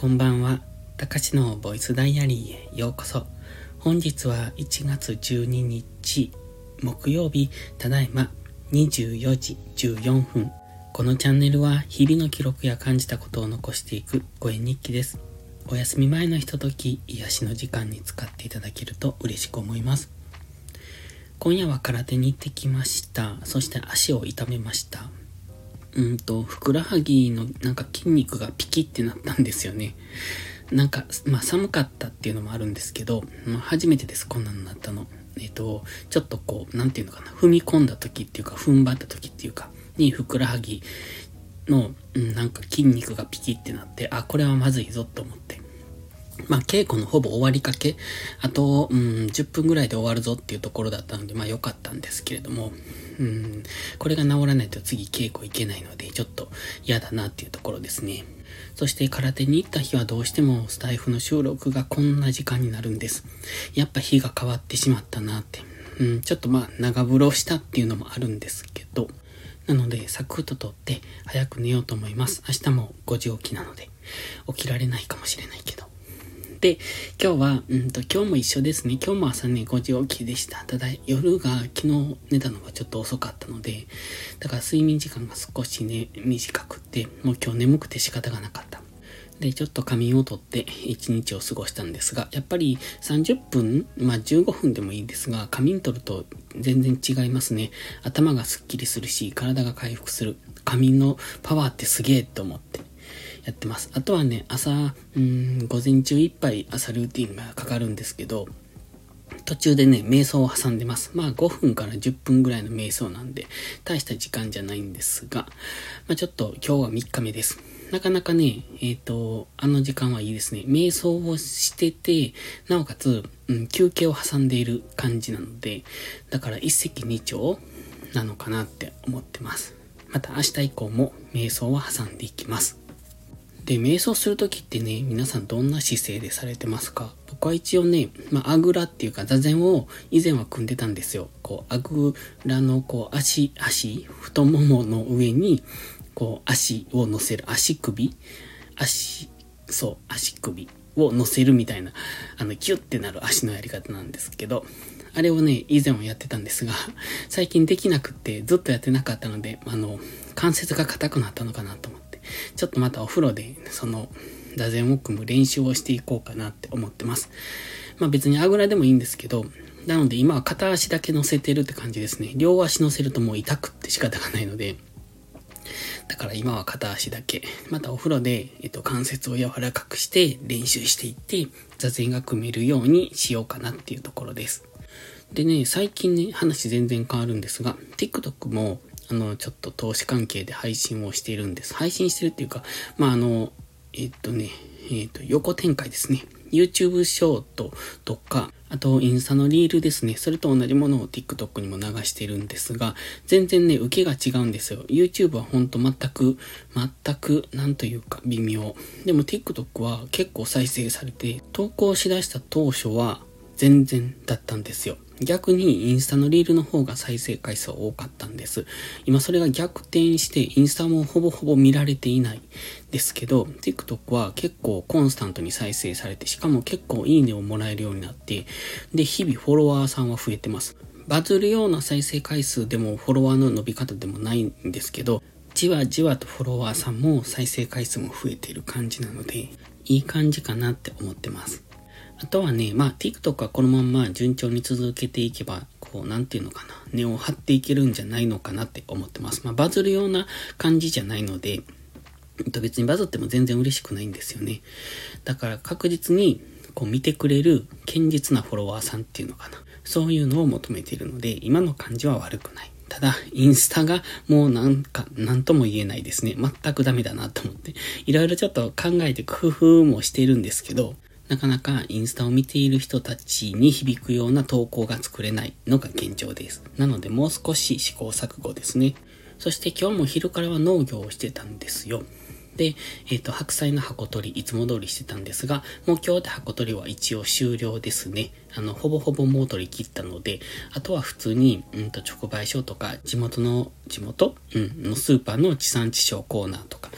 こんばんは。たかしのボイスダイアリーへようこそ。本日は1月12日木曜日、ただいま24時14分。このチャンネルは日々の記録や感じたことを残していく声日記です。お休み前のひととき、癒しの時間に使っていただけると嬉しく思います。今夜は空手に行ってきました。そして足を痛めました。ふくらはぎの筋肉がピキってなったんですよね。寒かったっていうのもあるんですけど、初めてです、こんなのなったの。ちょっと踏み込んだ時っていうか、踏ん張った時っていうか、にふくらはぎの、筋肉がピキってなって、これはまずいぞと思って。稽古のほぼ終わりかけ、あと、10分ぐらいで終わるぞっていうところだったので、良かったんですけれども、これが治らないと次稽古行けないので、ちょっと嫌だなっていうところですね。そして空手に行った日はどうしてもスタイフの収録がこんな時間になるんです。やっぱ日が変わってしまったなって。ちょっと長風呂したっていうのもあるんですけど、なのでサクッと撮って早く寝ようと思います。明日も5時起きなので、起きられないかもしれないけど。で、今日は、今日も一緒ですね。今日も朝ね、5時起きでした。ただ、夜が昨日寝たのがちょっと遅かったので、だから睡眠時間が少しね、短くて、もう今日眠くて仕方がなかった。で、ちょっと仮眠をとって一日を過ごしたんですが、やっぱり30分、15分でもいいんですが、仮眠取ると全然違いますね。頭がすっきりするし、体が回復する。仮眠のパワーってすげえと思ってやってます。あとはね、朝、午前中いっぱい朝ルーティンがかかるんですけど、途中でね、瞑想を挟んでます。5分から10分ぐらいの瞑想なんで、大した時間じゃないんですが、ちょっと今日は3日目です。なかなかね、あの時間はいいですね。瞑想をしてて、なおかつ、休憩を挟んでいる感じなので、だから一石二鳥なのかなって思ってます。また明日以降も瞑想を挟んでいきます。で、瞑想するときってね、皆さんどんな姿勢でされてますか？僕は一応ね、あぐらっていうか座禅を以前は組んでたんですよ。あぐらの足、太ももの上に、足を乗せる、足首を乗せるみたいな、キュッてなる足のやり方なんですけど、あれをね、以前はやってたんですが、最近できなくってずっとやってなかったので、関節が硬くなったのかなと思って、ちょっとまたお風呂でその座禅を組む練習をしていこうかなって思ってます。別にあぐらでもいいんですけど、なので今は片足だけ乗せてるって感じですね。両足乗せるともう痛くって仕方がないので、だから今は片足だけ。またお風呂で、関節を柔らかくして練習していって、座禅が組めるようにしようかなっていうところです。でね、最近ね、話全然変わるんですが、TikTok も、ちょっと投資関係で配信をしているんです。配信してるっていうか、横展開ですね。YouTube ショートとか、あとインスタのリールですね。それと同じものを TikTok にも流しているんですが、全然ね、受けが違うんですよ。YouTube はほんと全く、なんというか微妙。でも TikTok は結構再生されて、投稿しだした当初は全然だったんですよ。逆にインスタのリールの方が再生回数多かったんです。今それが逆転してインスタもほぼほぼ見られていないですけど、TikTok は結構コンスタントに再生されて、しかも結構いいねをもらえるようになって、で、日々フォロワーさんは増えてます。バズるような再生回数でもフォロワーの伸び方でもないんですけど、じわじわとフォロワーさんも再生回数も増えている感じなので、いい感じかなって思ってます。あとはね、TikTok はこのまんま順調に続けていけば、根を張っていけるんじゃないのかなって思ってます。バズるような感じじゃないので、別にバズっても全然嬉しくないんですよね。だから確実に、見てくれる堅実なフォロワーさんっていうのかな。そういうのを求めているので、今の感じは悪くない。ただ、インスタがもうなんとも言えないですね。全くダメだなと思って。いろいろちょっと考えて工夫もしているんですけど、なかなかインスタを見ている人たちに響くような投稿が作れないのが現状です。なのでもう少し試行錯誤ですね。そして今日も昼からは農業をしてたんですよ。で、白菜の箱取りいつも通りしてたんですが、もう今日で箱取りは一応終了ですね。ほぼほぼもう取り切ったので、あとは普通に、直売所とか地元のスーパーの地産地消コーナーとか、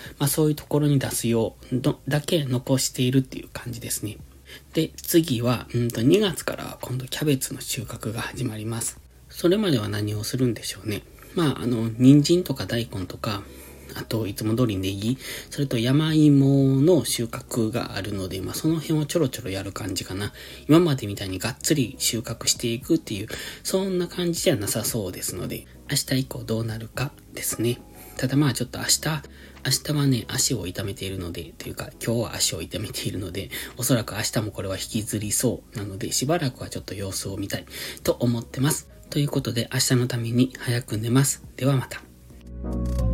そういうところに出すようだけ残しているっていう感じですね。で、次は、2月から今度キャベツの収穫が始まります。それまでは何をするんでしょうね。人参とか大根とか、あと、いつも通りネギ、それと山芋の収穫があるので、その辺をちょろちょろやる感じかな。今までみたいにがっつり収穫していくっていう、そんな感じじゃなさそうですので、明日以降どうなるかですね。ただちょっと明日はね、足を痛めているので、というか今日は足を痛めているので、おそらく明日もこれは引きずりそうなので、しばらくはちょっと様子を見たいと思ってます。ということで明日のために早く寝ます。ではまた。